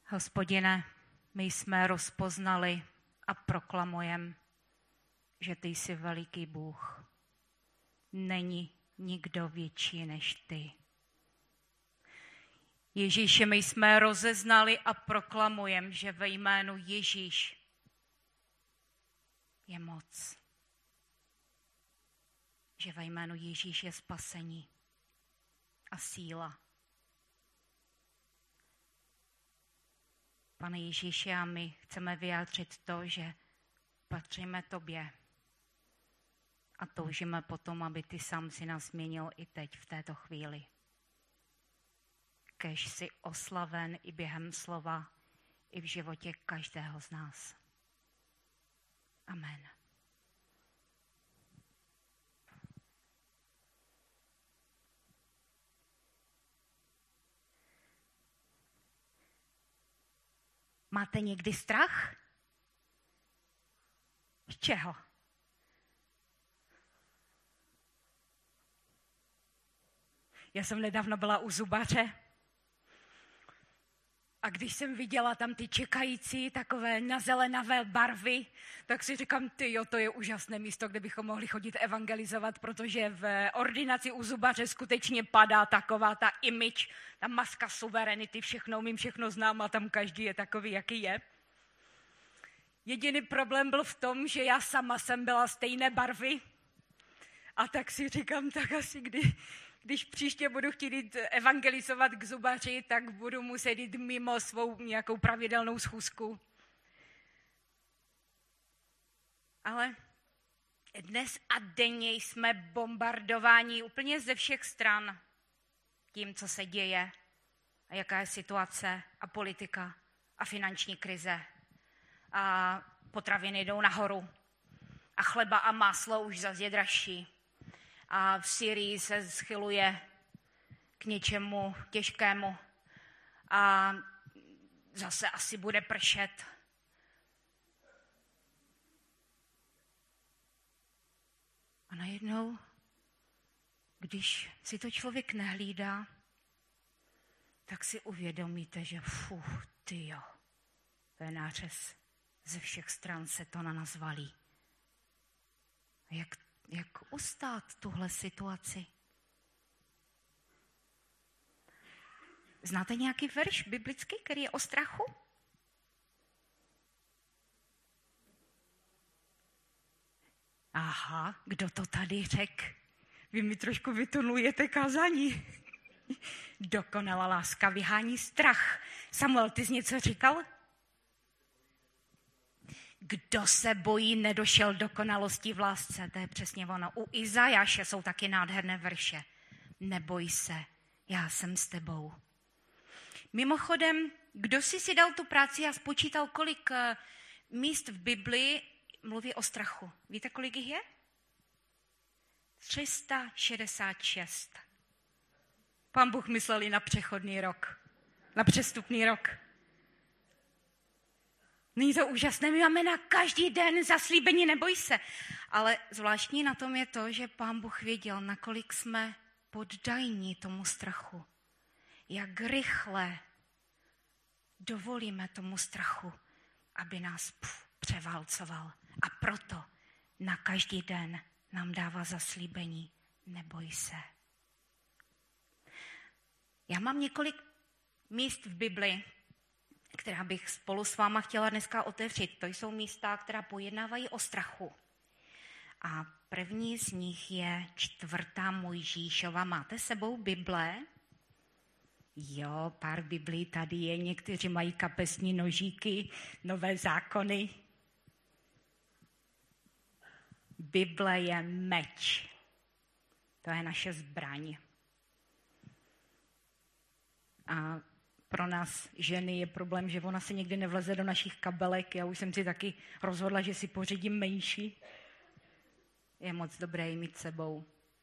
Hospodine, my jsme rozpoznali a proklamujeme, že ty jsi veliký Bůh. Není nikdo větší než ty. Ježíši, my jsme rozeznali a proklamujeme, že ve jménu Ježíš je moc. Že ve jménu Ježíš je spasení a síla. Pane Ježíši, a my chceme vyjádřit to, že patříme tobě a toužíme potom, aby ty sám si nás změnil i teď v této chvíli. Kéž jsi oslaven i během slova, i v životě každého z nás. Amen. Máte někdy strach? Z čeho? Já jsem nedávno byla u zubaře a když jsem viděla tam ty čekající takové nazelenavé barvy, tak si říkám, tyjo, to je úžasné místo, kde bychom mohli chodit evangelizovat, protože v ordinaci u zubaře skutečně padá taková ta image, ta maska suverenity, všechno umím, všechno znám a tam každý je takový, jaký je. Jediný problém byl v tom, že já sama jsem byla stejné barvy a tak si říkám, tak asi když příště budu chtít jít evangelizovat k zubaři, tak budu muset jít mimo svou nějakou pravidelnou schůzku. Ale dnes a denně jsme bombardováni úplně ze všech stran tím, co se děje a jaká je situace a politika a finanční krize. A potraviny jdou nahoru a chleba a máslo už zase je dražší. A v Syrii se schyluje k něčemu těžkému a zase asi bude pršet. A najednou, když si to člověk nehlídá, tak si uvědomíte, že tyjo, to je nářez. Ze všech stran se to na nás valí. Jak ustát tuhle situaci? Znáte nějaký verš biblický, který je o strachu? Aha, kdo to tady řekl? Vy mi trošku vytunujete kázání. Dokonalá láska vyhání strach. Samuel, ty jsi něco říkal? Kdo se bojí, nedošel dokonalosti v lásce. To je přesně ono. U Izajáše jsou taky nádherné verše. Neboj se, já jsem s tebou. Mimochodem, kdo si dal tu práci a spočítal, kolik míst v Biblii mluví o strachu? Víte, kolik jich je? 366. Pán Bůh myslel i na přechodný rok. Na přestupný rok. Není to úžasné? My máme na každý den zaslíbení, neboj se. Ale zvláštní na tom je to, že Pán Bůh věděl, nakolik jsme poddajní tomu strachu. Jak rychle dovolíme tomu strachu, aby nás převálcoval. A proto na každý den nám dává zaslíbení, neboj se. Já mám několik míst v Bibli, která bych spolu s váma chtěla dneska otevřít. To jsou místa, která pojednávají o strachu. A první z nich je 4. Mojžíšova. Máte sebou Bible? Jo, pár Biblí tady je. Někteří mají kapesní nožíky, nové zákony. Bible je meč. To je naše zbraň. A pro nás ženy je problém, že ona se někdy nevleze do našich kabelek. Já už jsem si taky rozhodla, že si pořídím menší. Je moc dobré ji mít sebou.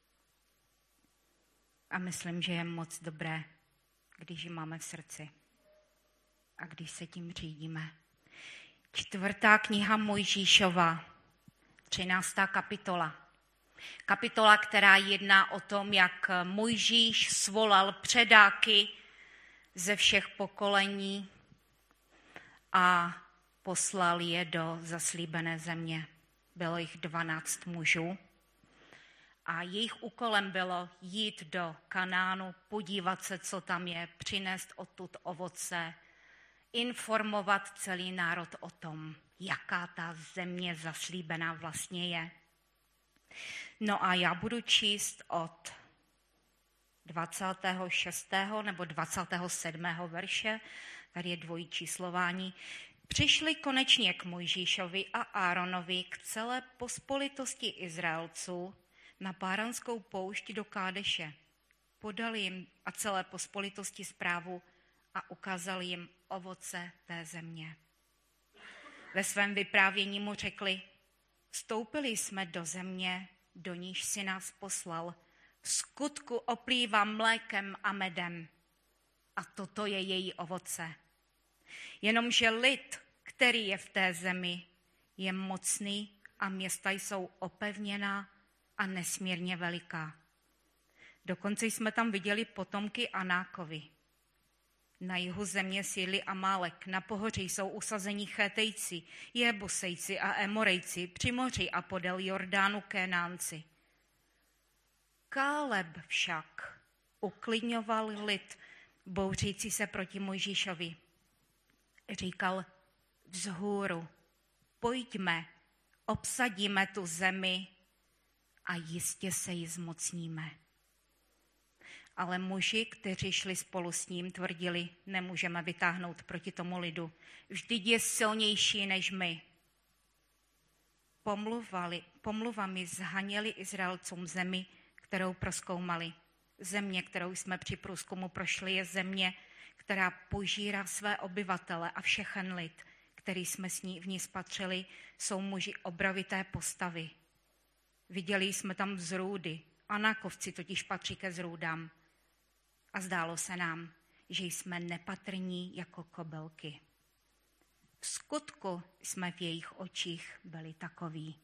A myslím, že je moc dobré, když ji máme v srdci. A když se tím řídíme. 4. kniha Mojžíšova, 13. kapitola. Kapitola, která jedná o tom, jak Mojžíš svolal předáky ze všech pokolení a poslal je do zaslíbené země. Bylo jich 12 mužů a jejich úkolem bylo jít do Kanánu, podívat se, co tam je, přinést odtud ovoce, informovat celý národ o tom, jaká ta země zaslíbená vlastně je. No a já budu číst od 26. nebo 27. verše, tady je dvojí číslování. Přišli konečně k Mojžíšovi a Áronovi, k celé pospolitosti Izraelců, na Páranskou poušť do Kádeše. Podali jim a celé pospolitosti zprávu a ukázali jim ovoce té země. Ve svém vyprávění mu řekli, vstoupili jsme do země, do níž si nás poslal, v skutku oplývá mlékem a medem. A toto je její ovoce. Jenomže lid, který je v té zemi, je mocný a města jsou opevněná a nesmírně veliká. Dokonce jsme tam viděli potomky Anákovi. Na jihu země sídlí Amálek, na pohoří jsou usazení Chétejci, Jebusejci a Emorejci, při moři a podél Jordánu Kénánci. Káleb však uklidňoval lid, bouřící se proti Mojžíšovi. Říkal, vzhůru, pojďme, obsadíme tu zemi a jistě se jí zmocníme. Ale muži, kteří šli spolu s ním, tvrdili, nemůžeme vytáhnout proti tomu lidu. Vždyť je silnější než my. Pomluvami zhaněli Izraelcům zemi, kterou prozkoumali. Země, kterou jsme při průzkumu prošli, je země, která požírá své obyvatele a všechen lid, který jsme v ní spatřili, jsou muži obrovité postavy. Viděli jsme tam vzrůdy, Anákovci totiž patří ke zrůdám. A zdálo se nám, že jsme nepatrní jako kobylky. V skutku jsme v jejich očích byli takoví.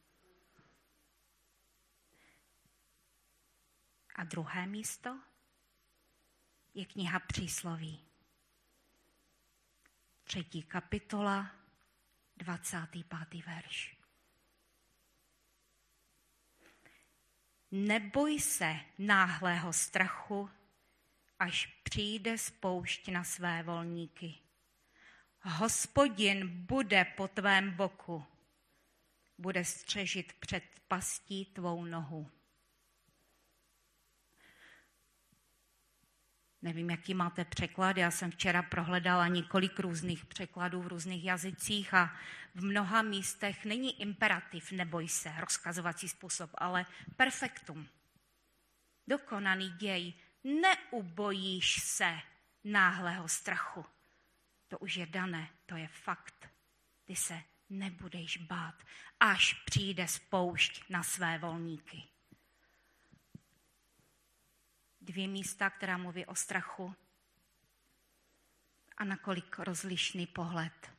A druhé místo je kniha Přísloví. 3. kapitola, 25. verš. Neboj se náhlého strachu, až přijde spoušť na své volníky. Hospodin bude po tvém boku, bude střežit před pastí tvou nohu. Nevím, jaký máte překlad, já jsem včera prohledala několik různých překladů v různých jazycích a v mnoha místech není imperativ, neboj se, rozkazovací způsob, ale perfektum. Dokonaný děj, neubojíš se náhlého strachu. To už je dané, to je fakt. Ty se nebudeš bát, až přijde spoušť na své volníky. 2 místa, která mluví o strachu a nakolik rozlišný pohled.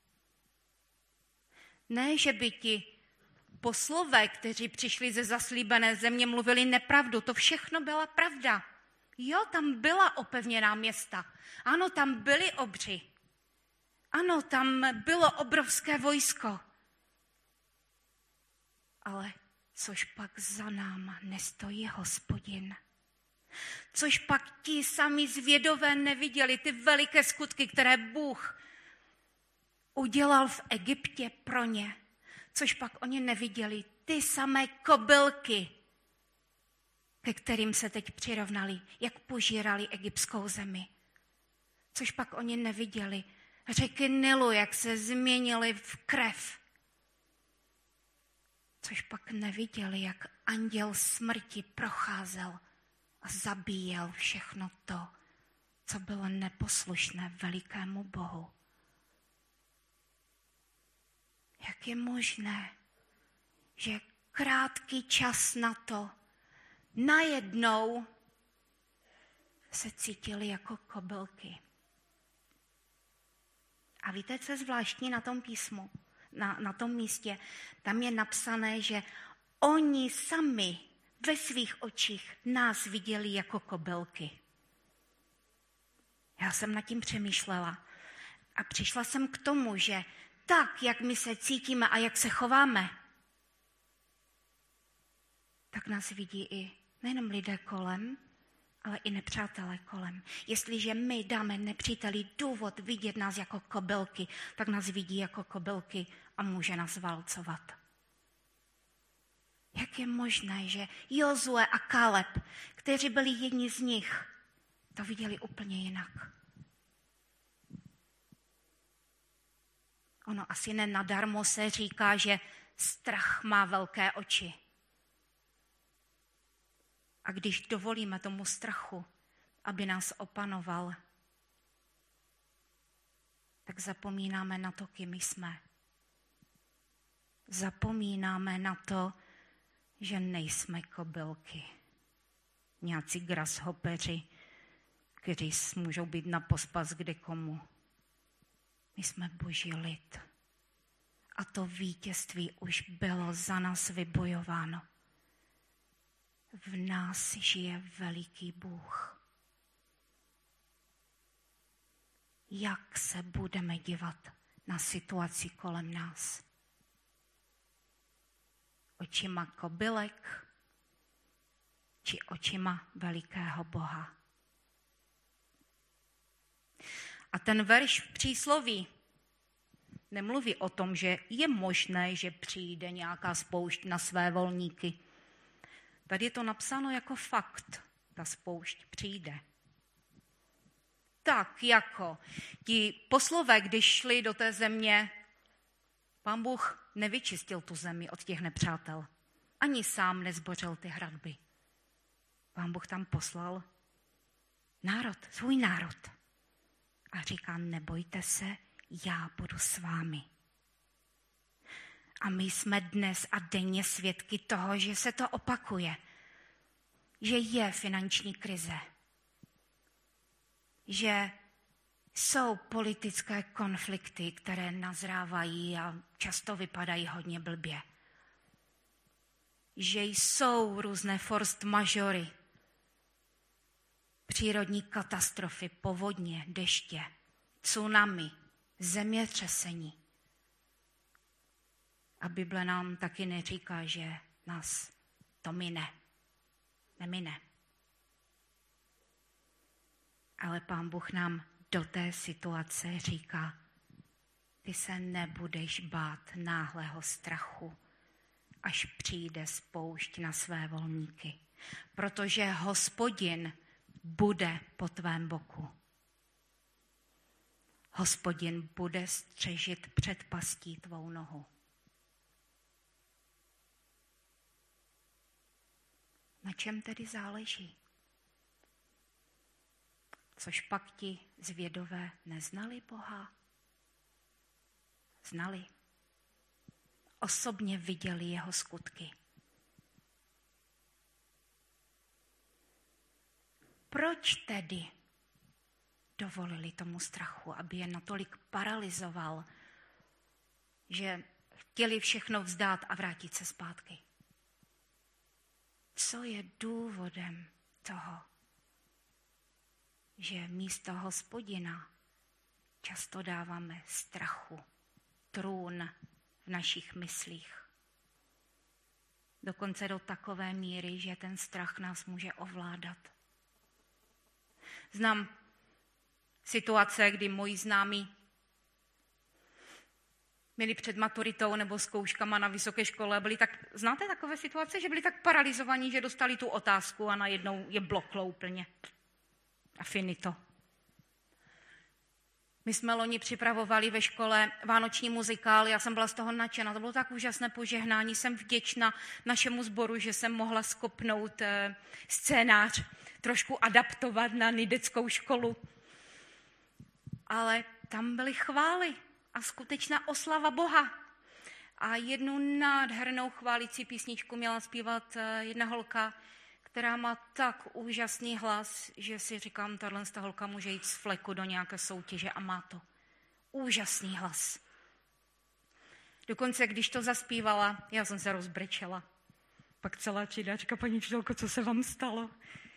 Ne, že by ti poslové, kteří přišli ze zaslíbené země, mluvili nepravdu. To všechno byla pravda. Jo, tam byla opevněná města. Ano, tam byli obři. Ano, tam bylo obrovské vojsko. Ale což pak za náma nestojí Hospodin? Což pak ti sami zvědové neviděli, ty veliké skutky, které Bůh udělal v Egyptě pro ně. Což pak oni neviděli, ty samé kobylky, ke kterým se teď přirovnali, jak požírali egyptskou zemi. Což pak oni neviděli, řeky Nilu, jak se změnily v krev. Což pak neviděli, jak anděl smrti procházel a zabíjel všechno to, co bylo neposlušné velikému Bohu. Jak je možné, že krátký čas na to najednou se cítili jako kobylky. A víte, co je zvláštní na tom písmu, na tom místě? Tam je napsané, že oni sami ve svých očích nás viděli jako kobylky. Já jsem nad tím přemýšlela. A přišla jsem k tomu, že tak, jak my se cítíme a jak se chováme, tak nás vidí i nejenom lidé kolem, ale i nepřátelé kolem. Jestliže my dáme nepříteli důvod vidět nás jako kobylky, tak nás vidí jako kobylky a může nás válcovat. Jak je možné, že Jozue a Kaleb, kteří byli jedni z nich, to viděli úplně jinak? Ono asi nenadarmo se říká, že strach má velké oči. A když dovolíme tomu strachu, aby nás opanoval, tak zapomínáme na to, kým jsme. Zapomínáme na to, že nejsme kobylky. Nějací grasshoppeři, kteří můžou být na pospas kdekomu. My jsme Boží lid. A to vítězství už bylo za nás vybojováno. V nás žije veliký Bůh. Jak se budeme dívat na situaci kolem nás? Očima kobylek či očima velikého Boha? A ten verš v přísloví nemluví o tom, že je možné, že přijde nějaká spoušť na své volníky. Tady je to napsáno jako fakt. Ta spoušť přijde. Tak jako ti poslové, když šli do té země, Pán Bůh nevyčistil tu zemi od těch nepřátel. Ani sám nezbořil ty hradby. Pán Bůh tam poslal národ, svůj národ. A říká, nebojte se, já budu s vámi. A my jsme dnes a denně svědky toho, že se to opakuje. Že je finanční krize. Že jsou politické konflikty, které nazrávají a často vypadají hodně blbě. Že jsou různé force majory, přírodní katastrofy, povodně, deště, tsunami, zemětřesení. A Bible nám taky neříká, že nás to nemine. Ale Pán Bůh nám do té situace říká, ty se nebudeš bát náhlého strachu, až přijde spoušť na své volníky, protože Hospodin bude po tvém boku. Hospodin bude střežit před pastí tvou nohu. Na čem tedy záleží? Což pak ti zvědové neznali Boha? Znali. Osobně viděli jeho skutky. Proč tedy dovolili tomu strachu, aby je natolik paralyzoval, že chtěli všechno vzdát a vrátit se zpátky? Co je důvodem toho, že místo Hospodina často dáváme strachu, trůn v našich myslích? Dokonce do takové míry, že ten strach nás může ovládat. Znám situace, kdy moji známí měli před maturitou nebo zkouškama na vysoké škole a byli tak, znáte takové situace, že byli tak paralizovaní, že dostali tu otázku a najednou je bloklo úplně. A finito. My jsme loni připravovali ve škole vánoční muzikál, já jsem byla z toho nadšená, to bylo tak úžasné požehnání, jsem vděčná našemu sboru, že jsem mohla skopnout scénář, trošku adaptovat na nideckou školu. Ale tam byly chvály a skutečná oslava Boha. A jednu nádhernou chválící písničku měla zpívat jedna holka, která má tak úžasný hlas, že si říkám, tahle holka může jít z fleku do nějaké soutěže a má to. Úžasný hlas. Dokonce, když to zaspívala, já jsem se rozbrečela. Pak celá třída říká, paní učitelko, co se vám stalo?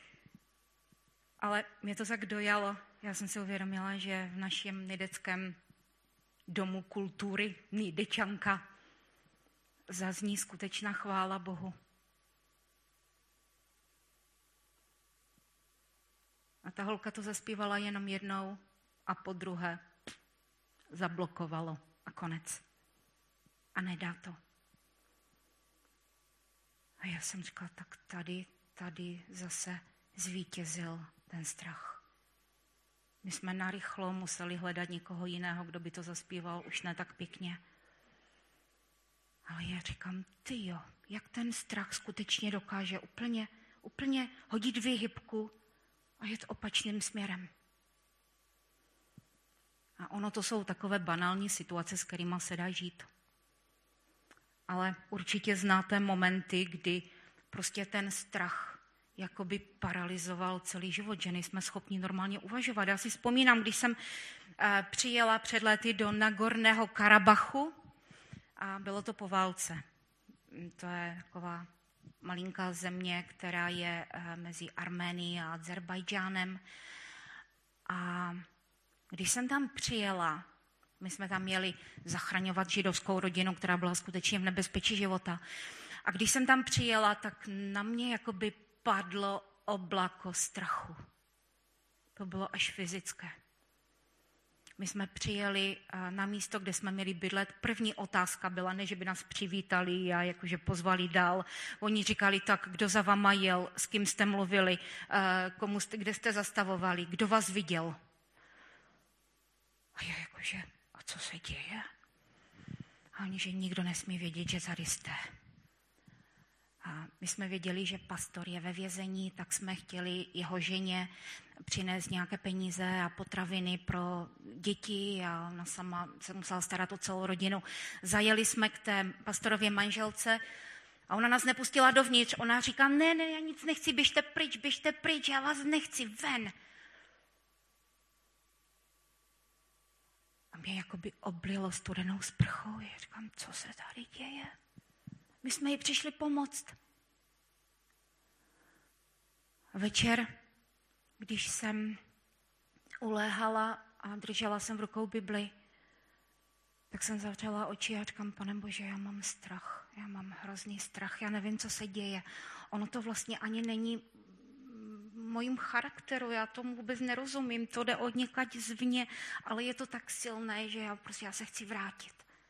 Ale mě to tak dojalo. Já jsem si uvědomila, že v našem nideckém Domu kultury Nýdečanka zazní skutečná chvála Bohu. A ta holka to zaspívala jenom jednou a po druhé zablokovalo a konec. A nedá to. A já jsem říkala, tak tady zase zvítězil ten strach. My jsme narychlo museli hledat někoho jiného, kdo by to zaspíval, už ne tak pěkně. Ale já říkám, tyjo, jak ten strach skutečně dokáže úplně hodit výhybku a jet opačným směrem. A ono to jsou takové banální situace, s kterými se dá žít. Ale určitě znáte momenty, kdy prostě ten strach jakoby paralyzoval celý život, že nejsme schopni normálně uvažovat. Já si vzpomínám, když jsem přijela před lety do Nagorného Karabachu a bylo to po válce. To je taková malinká země, která je mezi Arménií a Azerbajdžánem. A když jsem tam přijela, my jsme tam měli zachraňovat židovskou rodinu, která byla skutečně v nebezpečí života. A když jsem tam přijela, tak na mě jakoby padlo oblako strachu. To bylo až fyzické. My jsme přijeli na místo, kde jsme měli bydlet. První otázka byla, ne, že by nás přivítali a jakože pozvali dál. Oni říkali, tak kdo za váma jel, s kým jste mluvili, kde jste zastavovali, kdo vás viděl. A já jakože, a co se děje? A oni, že nikdo nesmí vědět, že tady jste. A my jsme věděli, že pastor je ve vězení, tak jsme chtěli jeho ženě přinést nějaké peníze a potraviny pro děti a ona sama se musela starat o celou rodinu. Zajeli jsme k té pastorově manželce a ona nás nepustila dovnitř. Ona říká, ne, já nic nechci, běžte pryč, já vás nechci, ven. A mě jakoby oblilo studenou sprchou. Já říkám, co se tady děje? My jsme jí přišli pomoct. Večer, když jsem uléhala a držela jsem v rukou Bibli, tak jsem zavřela oči a říkám, Pane Bože, já mám strach, já mám hrozný strach, já nevím, co se děje. Ono to vlastně ani není mojím charakteru, já tomu vůbec nerozumím, to jde od někať zvně, ale je to tak silné, že já se chci vrátit.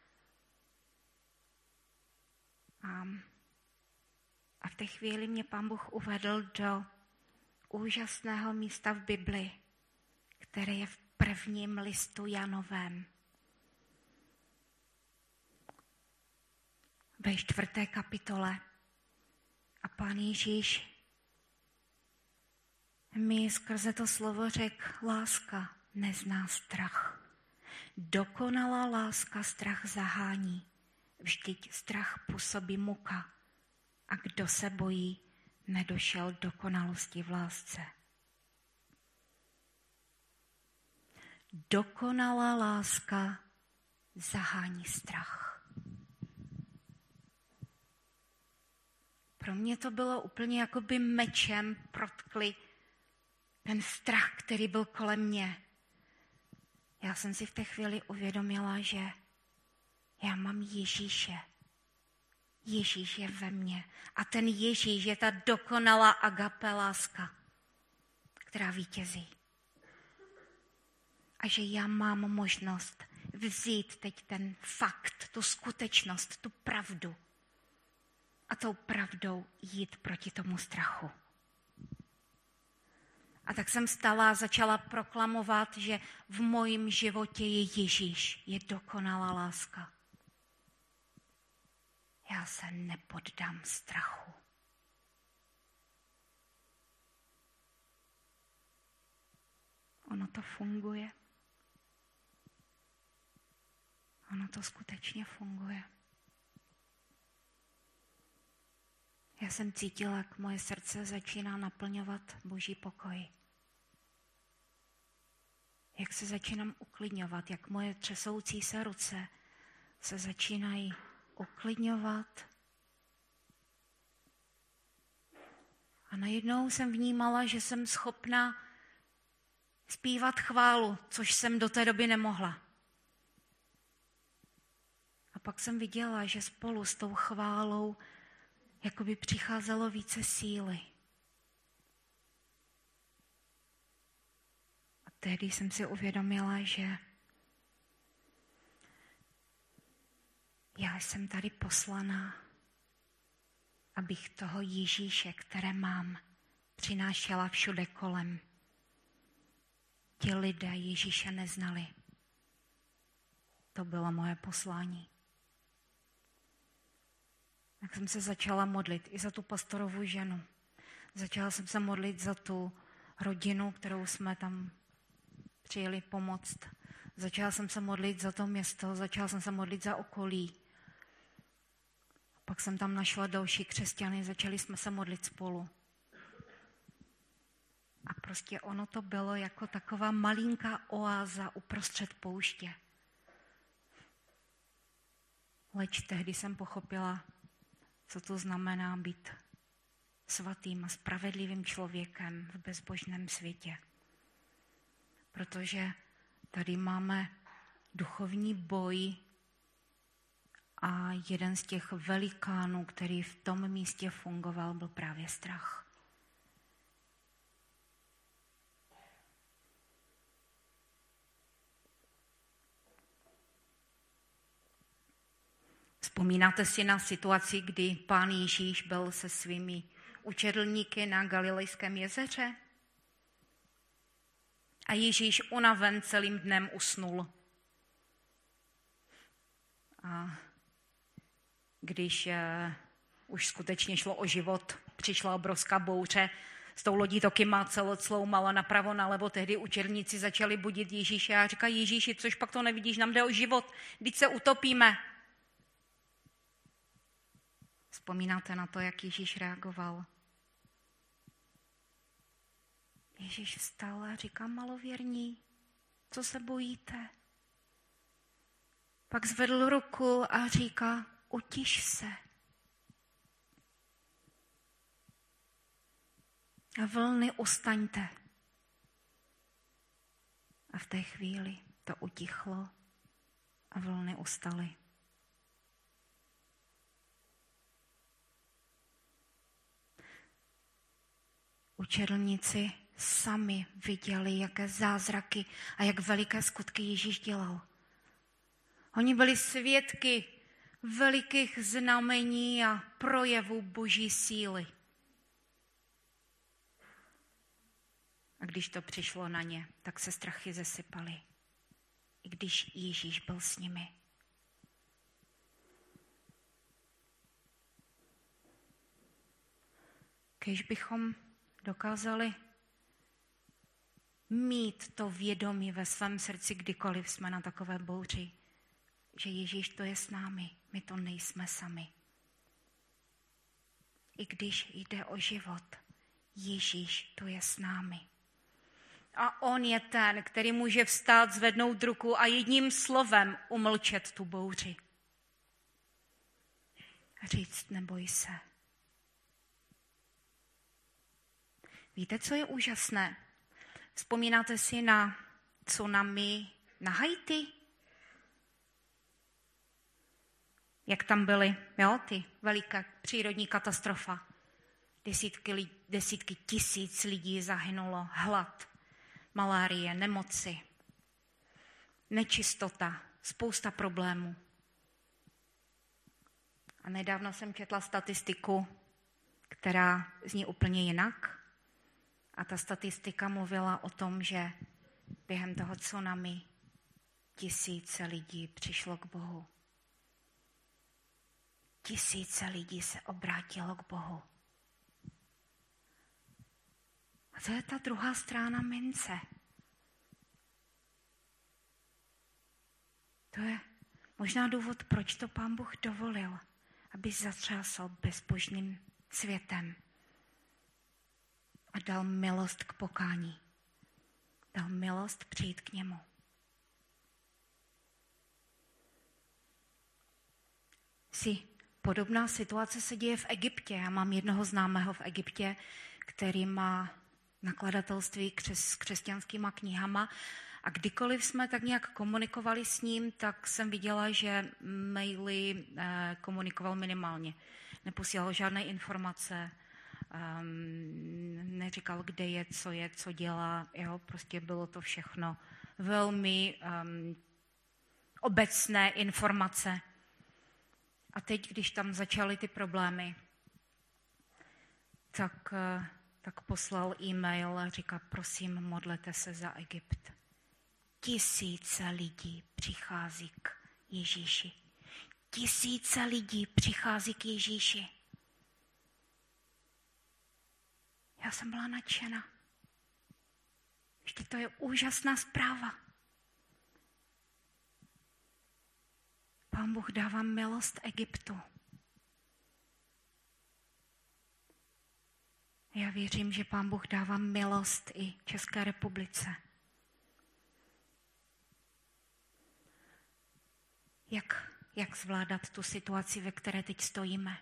A v té chvíli mě Pán Bůh uvedl do úžasného místa v Bibli, které je v 1. listu Janovém. Ve 4. kapitole. A Pán Ježíš mi skrze to slovo řekl, láska nezná strach. Dokonalá láska strach zahání. Vždyť strach působí muka. A kdo se bojí, nedošel dokonalosti v lásce. Dokonalá láska zahání strach. Pro mě to bylo úplně jakoby mečem protkli ten strach, který byl kolem mě. Já jsem si v té chvíli uvědomila, že já mám Ježíše. Ježíš je ve mně. A ten Ježíš je ta dokonalá agape láska, která vítězí. A že já mám možnost vzít teď ten fakt, tu skutečnost, tu pravdu a tou pravdou jít proti tomu strachu. A tak jsem stala a začala proklamovat, že v mojím životě je Ježíš, je dokonalá láska. Já se nepoddám strachu. Ono to funguje. Ono to skutečně funguje. Já jsem cítila, jak moje srdce začíná naplňovat Boží pokoj. Jak se začínám uklidňovat, jak moje třesoucí se ruce se začínají uklidňovat. A najednou jsem vnímala, že jsem schopna zpívat chválu, což jsem do té doby nemohla. pak jsem viděla, že spolu s tou chválou jakoby přicházelo více síly. A tehdy jsem si uvědomila, že já jsem tady poslaná, abych toho Ježíše, které mám, přinášela všude kolem. Ti lidé Ježíše neznali. To bylo moje poslání. Tak jsem se začala modlit i za tu pastorovu ženu. Začala jsem se modlit za tu rodinu, kterou jsme tam přijeli pomoct. Začala jsem se modlit za to město, začala jsem se modlit za okolí. Pak jsem tam našla další křesťany, začali jsme se modlit spolu. A prostě ono to bylo jako taková malinká oáza uprostřed pouště. Leč tehdy jsem pochopila, co to znamená být svatým a spravedlivým člověkem v bezbožném světě. Protože tady máme duchovní boj a jeden z těch velikánů, který v tom místě fungoval, byl právě strach. Vzpomínáte si na situaci, kdy Pán Ježíš byl se svými učedlníky na Galilejském jezeře? A Ježíš unaven celým dnem usnul. A když už skutečně šlo o život, přišla obrovská bouře, s tou lodí to kyma celocloumalo napravo, nalevo, tehdy učedlníci začali budit Ježíše a říkají: Ježíši, což pak to nevidíš, nám jde o život, vždyť se utopíme. Vzpomínáte na to, jak Ježíš reagoval? Ježíš vstal a říká: malověrní, co se bojíte? Pak zvedl ruku a říká: utiš se. A vlny ustaňte. A v té chvíli to utichlo a vlny ustaly. Učedlníci sami viděli, jaké zázraky a jak veliké skutky Ježíš dělal. Oni byli svědky velikých znamení a projevů Boží síly. A když to přišlo na ně, tak se strachy zesypaly. I když Ježíš byl s nimi. Když bychom dokázali mít to vědomí ve svém srdci, kdykoliv jsme na takové bouři, že Ježíš to je s námi, my to nejsme sami. I když jde o život, Ježíš to je s námi. A on je ten, který může vstát, zvednout ruku a jedním slovem umlčet tu bouři. A říct: neboj se. Víte, co je úžasné? Vzpomínáte si na tsunami na Haiti? Jak tam byly, ty veliká přírodní katastrofa. Desítky tisíc lidí zahynulo, hlad, malárie, nemoci, nečistota, spousta problémů. A nedávno jsem četla statistiku, která zní úplně jinak. A ta statistika mluvila o tom, že během toho tsunami tisíce lidí přišlo k Bohu. Tisíce lidí se obrátilo k Bohu. A to je ta druhá strana mince. To je možná důvod, proč to Pán Bůh dovolil, aby zatřásal bezbožným světem. A dal milost k pokání. Dal milost přijít k němu. Podobná situace se děje v Egyptě. Já mám jednoho známého v Egyptě, který má nakladatelství s křesťanskýma knihama A kdykoliv jsme tak nějak komunikovali s ním, tak jsem viděla, že maily komunikoval minimálně. Neposílal žádné informace, neříkal, kde je, co dělá. Jo? Prostě bylo to všechno velmi obecné informace. A teď, když tam začaly ty problémy, tak poslal e-mail a říká, prosím, modlete se za Egypt. 1000 lidí přichází k Ježíši. 1000 lidí přichází k Ježíši. Já jsem byla nadšena. Ještě to je úžasná zpráva. Pán Bůh dává milost Egyptu. Já věřím, že Pán Bůh dává milost i České republice. Jak zvládat tu situaci, ve které teď stojíme?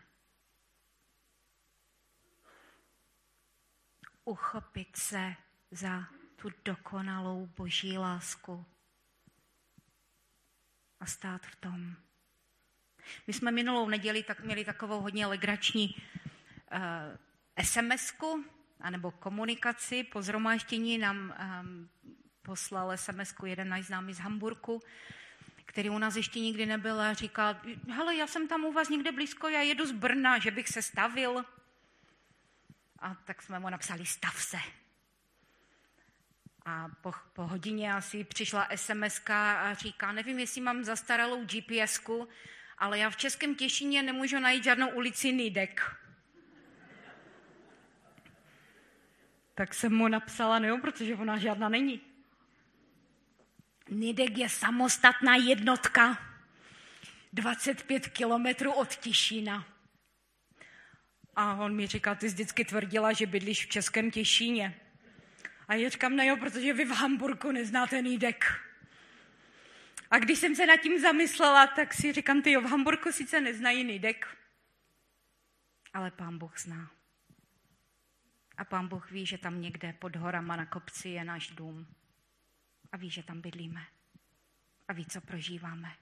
Uchopit se za tu dokonalou Boží lásku a stát v tom. My jsme minulou neděli měli takovou hodně legrační SMS-ku, anebo komunikaci. Po shromáždění nám poslal SMS-ku jeden náš známý z Hamburku, který u nás ještě nikdy nebyl a říkal, hele, já jsem tam u vás někde blízko, já jedu z Brna, že bych se stavil. A tak jsme mu napsali, stav se. A po hodině asi přišla SMS-ka a říká, nevím, jestli mám zastaralou GPS-ku, ale já v Českém Těšíně nemůžu najít žádnou ulici Nýdek. Tak jsem mu napsala, no jo, protože ona žádná není. Nýdek je samostatná jednotka, 25 kilometrů od Těšína. A on mi říkal, ty jsi vždycky tvrdila, že bydlíš v Českém Těšíně. A já říkám, no jo, protože vy v Hamburku neznáte Nýdek. A když jsem se nad tím zamyslela, tak si říkám, ty jo, v Hamburku sice neznají Nýdek, ale Pán Bůh zná. A Pán Bůh ví, že tam někde pod horama na kopci je náš dům. A ví, že tam bydlíme. A ví, co prožíváme.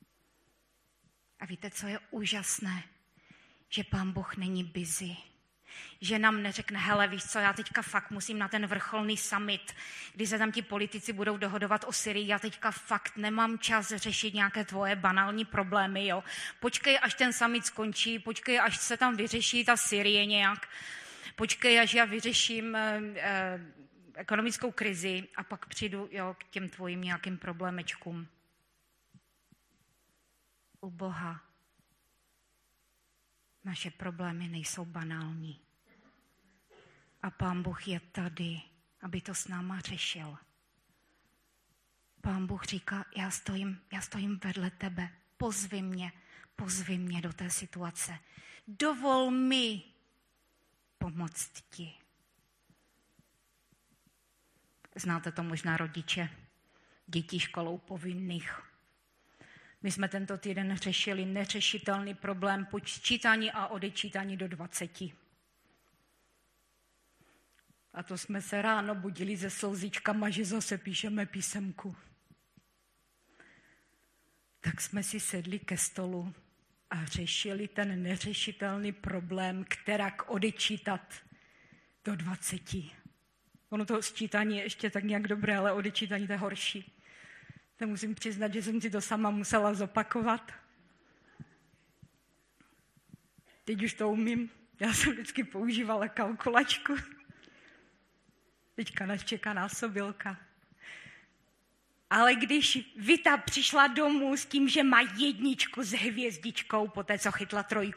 A víte, co je úžasné? Že Pán Bůh není busy. Že nám neřekne, hele, víš co, já teďka fakt musím na ten vrcholný summit, kdy se tam ti politici budou dohodovat o Syrii, já teďka fakt nemám čas řešit nějaké tvoje banální problémy, jo. Počkej, až ten summit skončí, počkej, až se tam vyřeší ta Syrie nějak, počkej, až já vyřeším ekonomickou krizi a pak přijdu, jo, k těm tvojim nějakým problémečkům. U Boha naše problémy nejsou banální. A Pán Bůh je tady, aby to s náma řešil. Pán Bůh říká, já stojím vedle tebe, pozvi mě do té situace. Dovol mi pomoct ti. Znáte to možná rodiče, dětí školou povinných. My jsme tento týden řešili neřešitelný problém počítání a odečítání do 20. A to jsme se ráno budili se slzičkama, že zase píšeme písemku. Tak jsme si sedli ke stolu a řešili ten neřešitelný problém, kterak odečítat do 20. Ono to sčítání je ještě tak nějak dobré, ale odečítání to je horší. To musím přiznat, že jsem si to sama musela zopakovat. Teď už to umím. Já jsem vždycky používala kalkulačku. Teďka nás čeká násobilka. Ale když Vita přišla domů s tím, že má 1 s hvězdičkou, poté co chytla 3,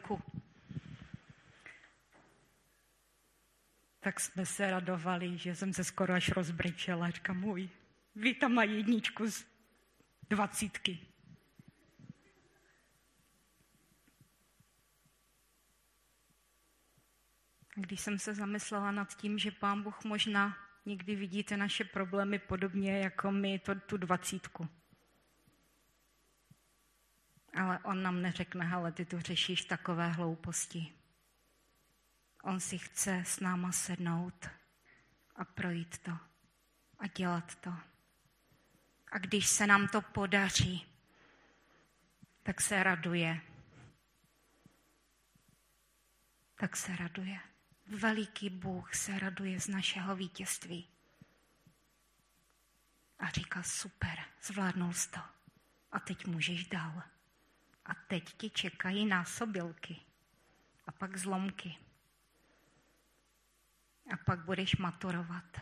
tak jsme se radovali, že jsem se skoro až rozbrečela. Říkám, můj, Vita má 1 z 20. Když jsem se zamyslela nad tím, že Pán Bůh možná někdy vidíte naše problémy podobně jako my tu 20. Ale on nám neřekne, hele, ty tu řešíš takové hlouposti. On si chce s náma sednout a projít to a dělat to. A když se nám to podaří, tak se raduje. Tak se raduje. Veliký Bůh se raduje z našeho vítězství. A říká, super, zvládnul jsi to. A teď můžeš dál. A teď ti čekají násobilky. A pak zlomky. A pak budeš maturovat.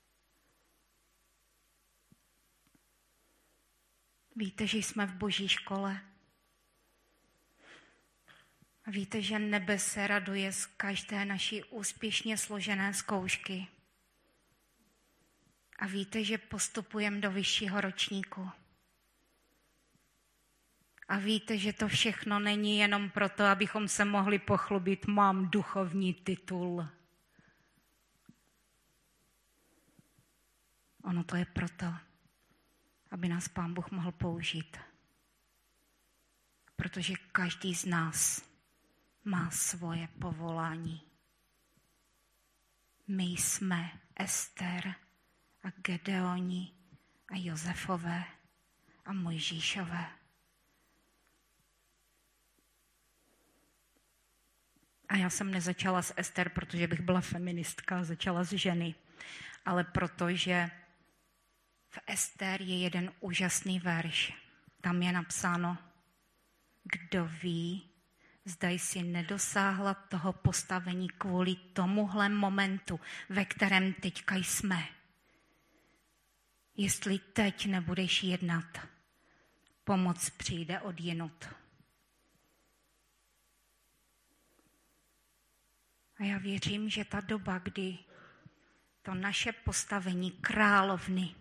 Víte, že jsme v Boží škole? A víte, že nebe se raduje z každé naší úspěšně složené zkoušky. A víte, že postupujeme do vyššího ročníku. A víte, že to všechno není jenom proto, abychom se mohli pochlubit, mám duchovní titul. Ono to je proto, aby nás Pán Bůh mohl použít. Protože každý z nás má svoje povolání. My jsme Ester a Gedeoni a Josefové a Mojžíšové. A já jsem nezačala s Ester, protože bych byla feministka, začala z ženy, ale protože v Ester je jeden úžasný verš. Tam je napsáno, kdo ví, zda jsi nedosáhla toho postavení kvůli tomuhle momentu, ve kterém teďka jsme. Jestli teď nebudeš jednat, pomoc přijde odjinud. A já věřím, že ta doba, kdy to naše postavení královny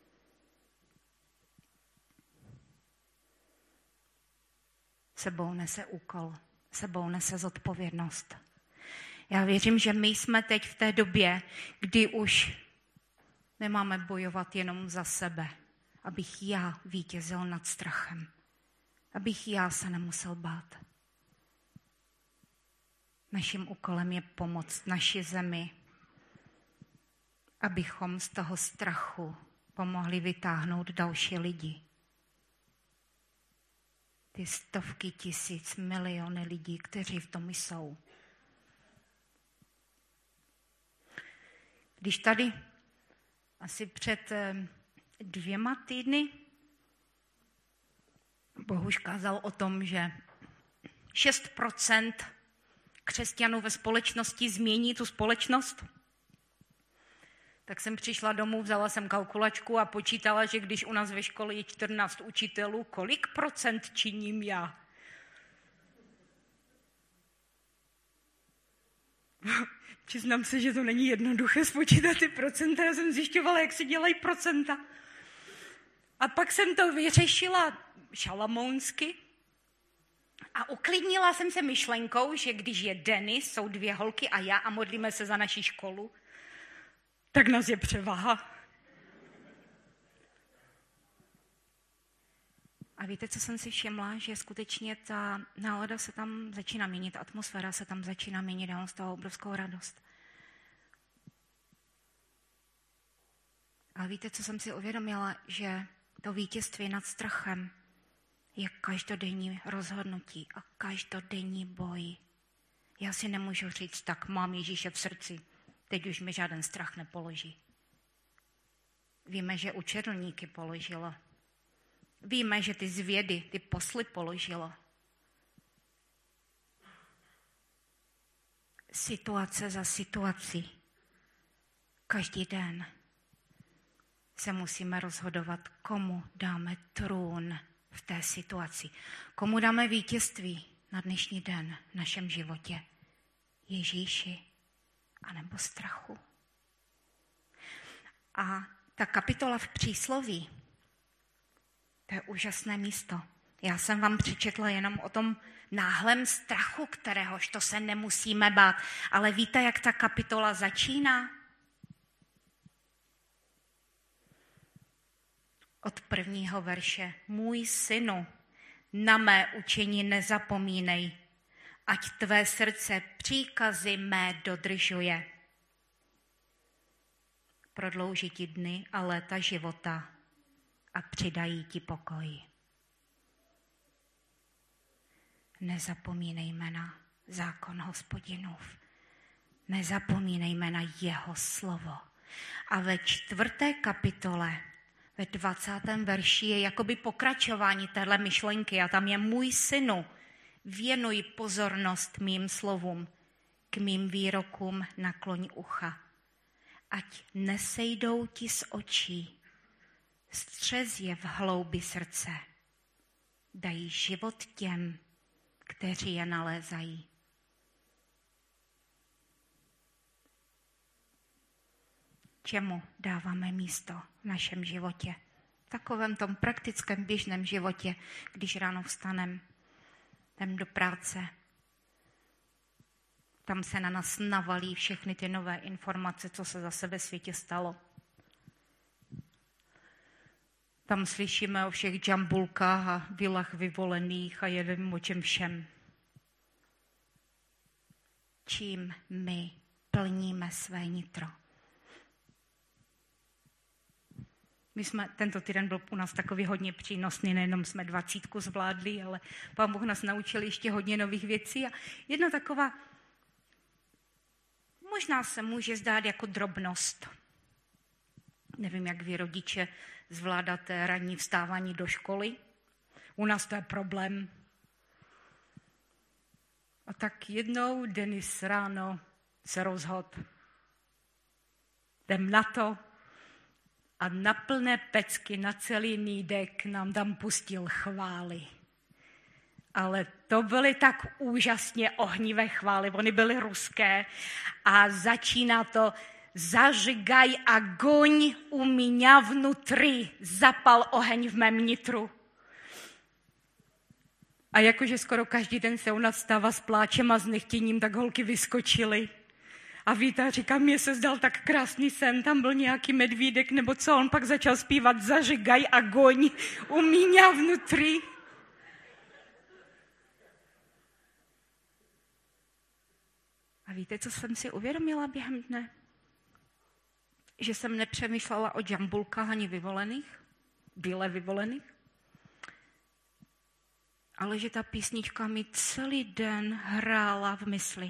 sebou nese úkol, sebou nese zodpovědnost. Já věřím, že my jsme teď v té době, kdy už nemáme bojovat jenom za sebe, abych já vítězil nad strachem, abych já se nemusel bát. Naším úkolem je pomoct naší zemi, abychom z toho strachu pomohli vytáhnout další lidi. Ty stovky tisíc, miliony lidí, kteří v tom jsou. Když tady asi před 2 týdny Bohuš kázal o tom, že 6% křesťanů ve společnosti změní tu společnost, tak jsem přišla domů, vzala jsem kalkulačku a počítala, že když u nás ve škole je 14 učitelů, kolik procent činím já? Přiznám se, že to není jednoduché spočítat ty procenta. Já jsem zjišťovala, jak se dělají procenta. A pak jsem to vyřešila šalamounsky a uklidnila jsem se myšlenkou, že když je Denis, jsou 2 holky a já a modlíme se za naši školu, tak nás je převaha. A víte, co jsem si všimla? Že skutečně ta nálada se tam začíná měnit, atmosféra se tam začíná měnit, já mám z toho obrovskou radost. Ale víte, co jsem si uvědomila? Že to vítězství nad strachem je každodenní rozhodnutí a každodenní boj. Já si nemůžu říct, tak mám Ježíše v srdci, teď už mi žádný strach nepoloží. Víme, že učedlníky položilo. Víme, že ty zvědy, ty posly položilo. Situace za situací. Každý den se musíme rozhodovat, komu dáme trůn v té situaci. Komu dáme vítězství na dnešní den v našem životě. Ježíši anebo strachu. A ta kapitola v Přísloví, to je úžasné místo. Já jsem vám přečetla jenom o tom náhlém strachu, kteréhož to se nemusíme bát. Ale víte, jak ta kapitola začíná? Od 1. verše. Můj synu, na mé učení nezapomínej, ať tvé srdce příkazy mé dodržuje. Prodlouží ti dny a léta života a přidají ti pokoj. Nezapomínejme na zákon Hospodinův. Nezapomínejme na jeho slovo. A ve 4. kapitole, ve 20. verši je jakoby pokračování téhle myšlenky a tam je: můj synu, věnuj pozornost mým slovům, k mým výrokům nakloň ucha. Ať nesejdou ti z očí, střez je v hloubi srdce. Dají život těm, kteří je nalézají. Čemu dáváme místo v našem životě? V takovém tom praktickém běžném životě, když ráno vstanem, jdem do práce, tam se na nás navalí všechny ty nové informace, co se zase ve světě stalo. Tam slyšíme o všech džambulkách a vilách vyvolených a nevím o čem všem. Čím my plníme své nitro? Tento týden byl u nás takový hodně přínosný, nejenom jsme 20 zvládli, ale Pán Bůh nás naučil ještě hodně nových věcí. A jedna taková, možná se může zdát jako drobnost. Nevím, jak vy rodiče zvládáte ranní vstávání do školy. U nás to je problém. A tak jednou Denis ráno se rozhodl. Jdem na to. A na plné pecky, na celý nýdek nám tam pustil chvály. Ale to byly tak úžasně ohnivé chvály, ony byly ruské a začíná to: zažigaj agoň u mě vnitři, zapal oheň v mém nitru. A jakože skoro každý den se u nás stává s pláčem a s nechtěním, tak holky vyskočily. A víte, říkám, mně se zdal tak krásný sen, tam byl nějaký medvídek, nebo co, on pak začal zpívat: zažigaj agoň u mě vnitři. A víte, co jsem si uvědomila během dne? Že jsem nepřemýšlela o džambulkách ani vyvolených, bíle vyvolených, ale že ta písnička mi celý den hrála v mysli.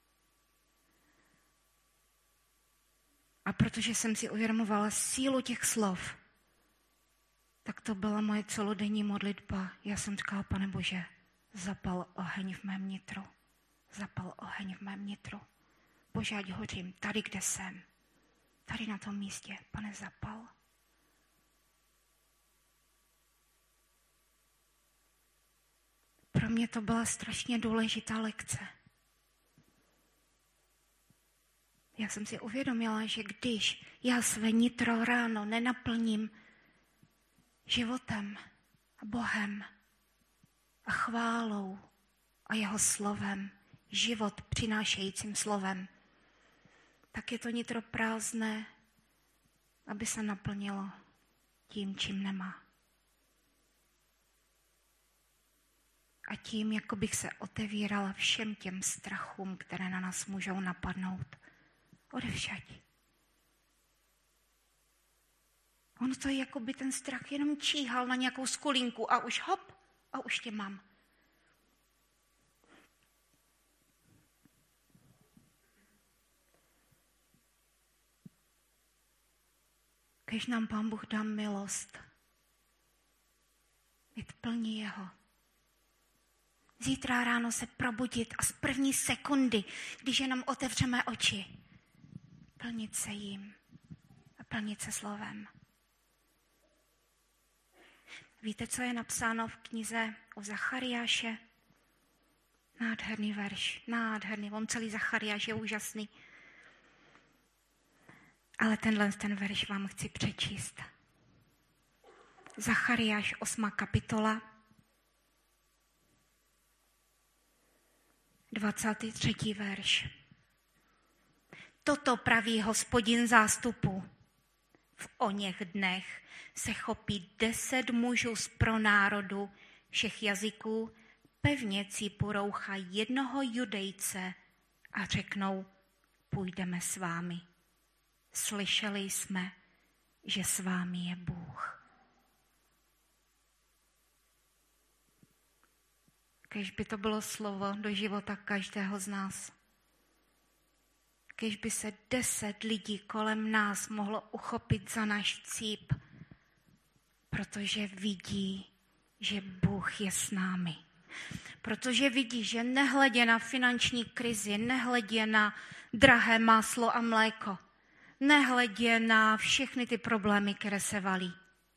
A protože jsem si uvědomovala sílu těch slov, tak to byla moje celodenní modlitba. Já jsem říkala: Pane Bože, zapal oheň v mém nitru. Zapal oheň v mém nitru. Bože, ať hořím tady, kde jsem. Tady na tom místě, Pane, zapal. Pro mě to byla strašně důležitá lekce. Já jsem si uvědomila, že když já své nitro ráno nenaplním životem a Bohem a chválou a jeho slovem, život přinášejícím slovem, tak je to nitro prázdné, aby se naplnilo tím, čím nemá. A tím, jako bych se otevírala všem těm strachům, které na nás můžou napadnout. Odevšať. On to je, jako by ten strach jenom číhal na nějakou skulinku a už hop, a už tě mám. Když nám Pán Bůh dá milost, být plní jeho. Zítra ráno se probudit a z první sekundy, když jenom otevřeme oči, plnit se jím a plnit se slovem. Víte, co je napsáno v knize o Zachariáše? Nádherný verš, nádherný. On celý Zachariáš je úžasný. Ale ten verš vám chci přečíst. Zachariáš 8. kapitola, 23. verš. Toto praví Hospodin zástupu. V oněch dnech se chopí 10 mužů z pronárodu všech jazyků, pevně cípu roucha jednoho Judejce a řeknou: půjdeme s vámi. Slyšeli jsme, že s vámi je Bůh. Kéž by to bylo slovo do života každého z nás. Kéž by se 10 lidí kolem nás mohlo uchopit za náš cíp, protože vidí, že Bůh je s námi. Protože vidí, že nehledě na finanční krizi, nehledě na drahé máslo a mléko, nehledě na všechny ty problémy, které se valí.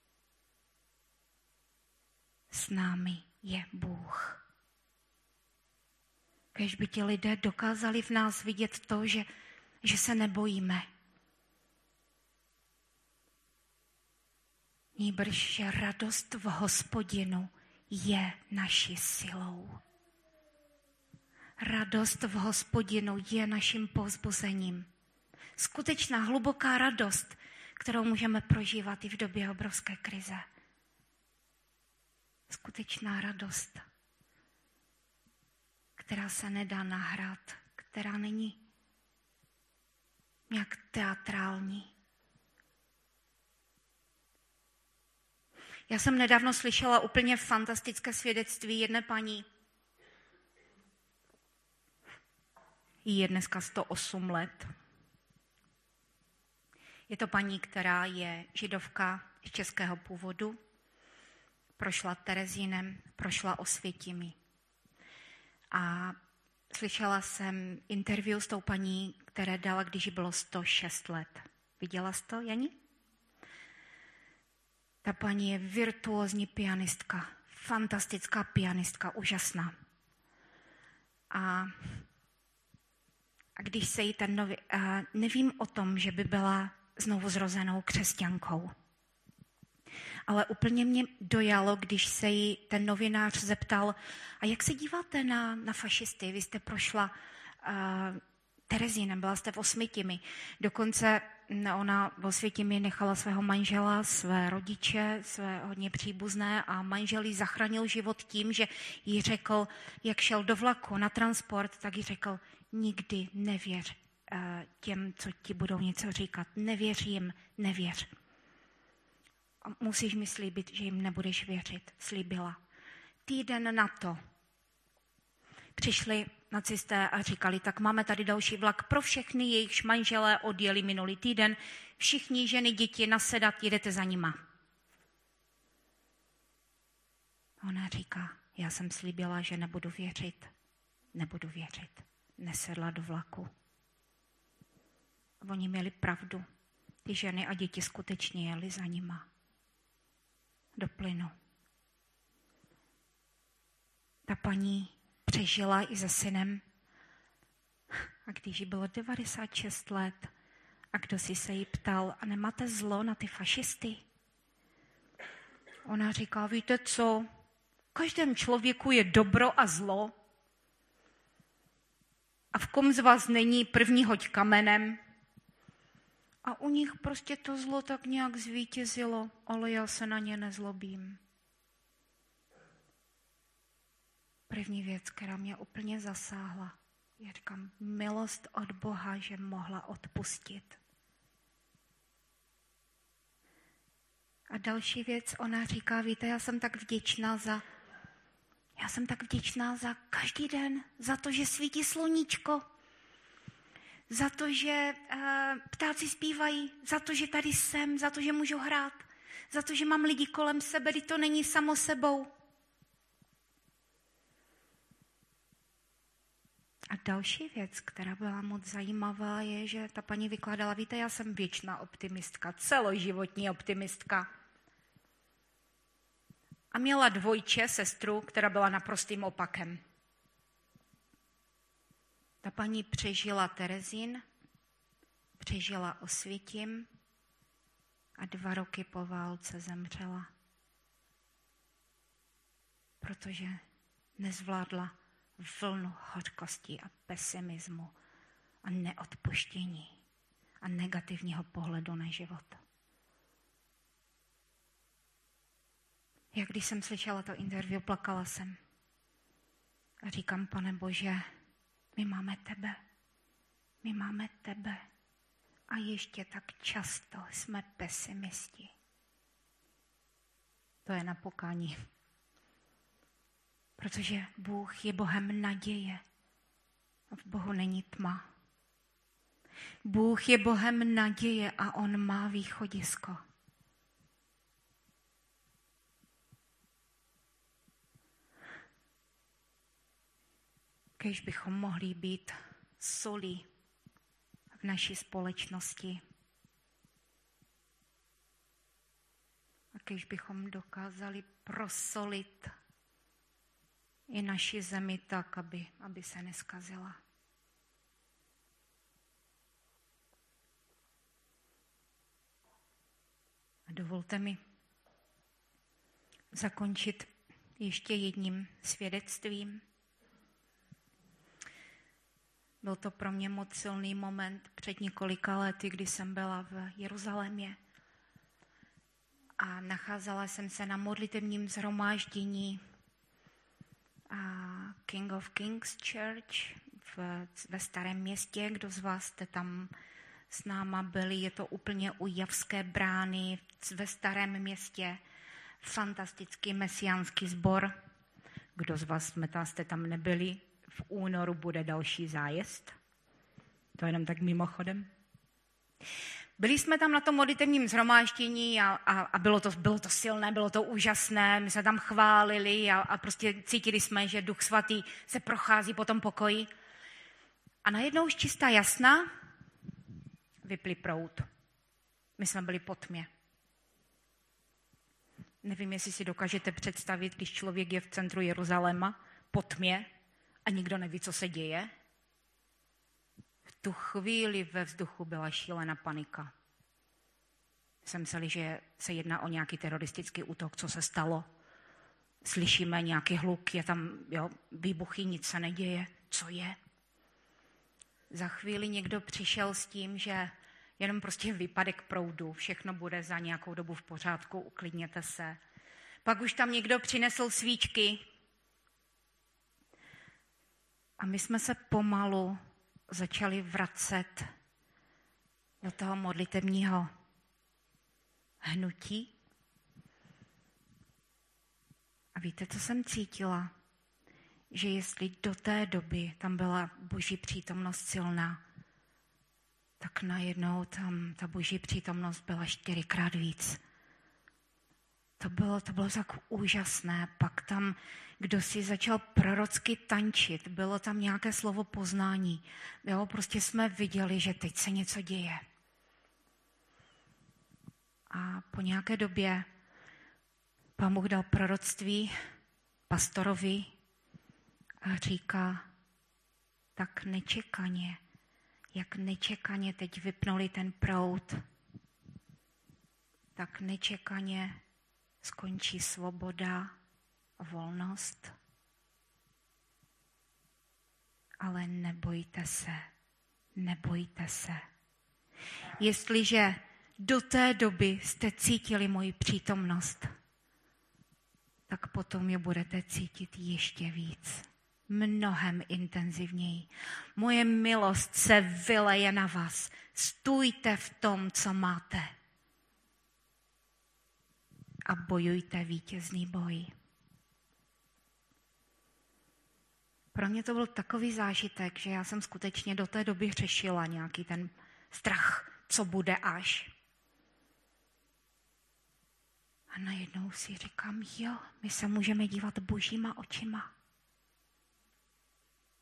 S námi je Bůh. Kéž by ti lidé dokázali v nás vidět to, že se nebojíme. Nýbrž, že radost v Hospodinu je naší silou. Radost v Hospodinu je naším povzbuzením. Skutečná hluboká radost, kterou můžeme prožívat i v době obrovské krize. Skutečná radost, která se nedá nahrát, která není nějak teatrální. Já jsem nedávno slyšela úplně fantastické svědectví jedné paní. Jí je dneska 108 let. Je to paní, která je židovka z českého původu. Prošla Terezínem, prošla Osvětimí. A slyšela jsem interview s tou paní, které dala, když jí bylo 106 let. Viděla jsi to, Jani? Ta paní je virtuózní pianistka, fantastická pianistka, úžasná. A když se jí ten nový... nevím o tom, že by byla znovu zrozenou křesťankou. Ale úplně mě dojalo, když se jí ten novinář zeptal, a jak se díváte na fašisty? Vy jste prošla Terezínem, byla jste v Osvětimi. Dokonce ona v Osvětimi nechala svého manžela, své rodiče, své hodně příbuzné a manžel jí zachránil život tím, že jí řekl, jak šel do vlaku na transport, tak jí řekl, nikdy nevěř těm, co ti budou něco říkat. Nevěř jim, nevěř. A musíš mi slíbit, že jim nebudeš věřit. Slíbila. Týden na to přišli nacisté a říkali, tak máme tady další vlak pro všechny, jejichž manželé odjeli minulý týden. Všichni ženy, děti, nasedat, jedete za nima. Ona říká, já jsem slíbila, že nebudu věřit. Nebudu věřit. Nesedla do vlaku. Oni měli pravdu. Ty ženy a děti skutečně jeli za nima. Do plynu. Ta paní přežila i se synem. A když jí bylo 96 let a kdo si se jí ptal, a nemáte zlo na ty fašisty? Ona říká, víte co, v každém člověku je dobro a zlo. A v kom z vás není první hoď kamenem? A u nich prostě to zlo tak nějak zvítězilo, ale já se na ně nezlobím. První věc, která mě úplně zasáhla, já říkám, milost od Boha, že mohla odpustit. A další věc, ona říká, víte, já jsem tak vděčná za každý den, za to, že svítí sluníčko, za to, že ptáci zpívají, za to, že tady jsem, za to, že můžu hrát, za to, že mám lidi kolem sebe, kdy to není samo sebou. A další věc, která byla moc zajímavá, je, že ta paní vykládala, víte, já jsem věčná optimistka, celoživotní optimistka. A měla dvojče, sestru, která byla naprostým opakem. Ta paní přežila Terezín, přežila Osvětim a 2 roky po válce zemřela. Protože nezvládla vlnu hořkosti a pesimismu a neodpuštění a negativního pohledu na život. Jak když jsem slyšela to interview, plakala jsem. A říkám, Pane Bože, my máme tebe. A ještě tak často jsme pesimisti. To je na pokání. Protože Bůh je Bohem naděje. V Bohu není tma. Bůh je Bohem naděje a on má východisko. Kéž bychom mohli být solí v naší společnosti. A kéž bychom dokázali prosolit i naši zemi tak, aby se neskazila. A dovolte mi zakončit ještě jedním svědectvím. Byl to pro mě moc silný moment před několika lety, kdy jsem byla v Jeruzalémě. A nacházela jsem se na modlitevním shromáždění King of Kings Church ve Starém Městě. Kdo z vás jste tam s náma byli? Je to úplně u Javské brány ve Starém Městě. Fantastický mesiánský sbor. Kdo z vás jste tam nebyli? V únoru bude další zájezd. To jenom tak mimochodem. Byli jsme tam na tom modlitevním shromáždění a bylo to silné, bylo to úžasné. My jsme tam chválili a prostě cítili jsme, že Duch Svatý se prochází po tom pokoji. A najednou už čistá jasna vypli proud. My jsme byli po tmě. Nevím, jestli si dokážete představit, když člověk je v centru Jeruzaléma po tmě a nikdo neví, co se děje. V tu chvíli ve vzduchu byla šílená panika. Jsem mysleli, že se jedná o nějaký teroristický útok, co se stalo. Slyšíme nějaký hluk, je tam výbuchy, nic se neděje. Co je? Za chvíli někdo přišel s tím, že jenom prostě výpadek proudu, všechno bude za nějakou dobu v pořádku, uklidněte se. Pak už tam někdo přinesl svíčky a my jsme se pomalu začali vracet do toho modlitevního hnutí. A víte, co jsem cítila? Že jestli do té doby tam byla Boží přítomnost silná, tak najednou tam ta Boží přítomnost byla 4krát víc. To bylo tak úžasné. Pak tam kdo si začal prorocky tančit, bylo tam nějaké slovo poznání. Prostě jsme viděli, že teď se něco děje. A po nějaké době Pán Bůh dal proroctví pastorovi a říká, tak nečekaně, jak nečekaně teď vypnuli ten proud, tak nečekaně skončí svoboda a volnost. Ale nebojte se. Jestliže do té doby jste cítili moji přítomnost, tak potom je budete cítit ještě víc. Mnohem intenzivněji. Moje milost se vyleje na vás. Stůjte v tom, co máte. A bojujte vítězný boj. Pro mě to byl takový zážitek, že já jsem skutečně do té doby řešila nějaký ten strach, co bude až. A najednou si říkám, my se můžeme dívat božíma očima.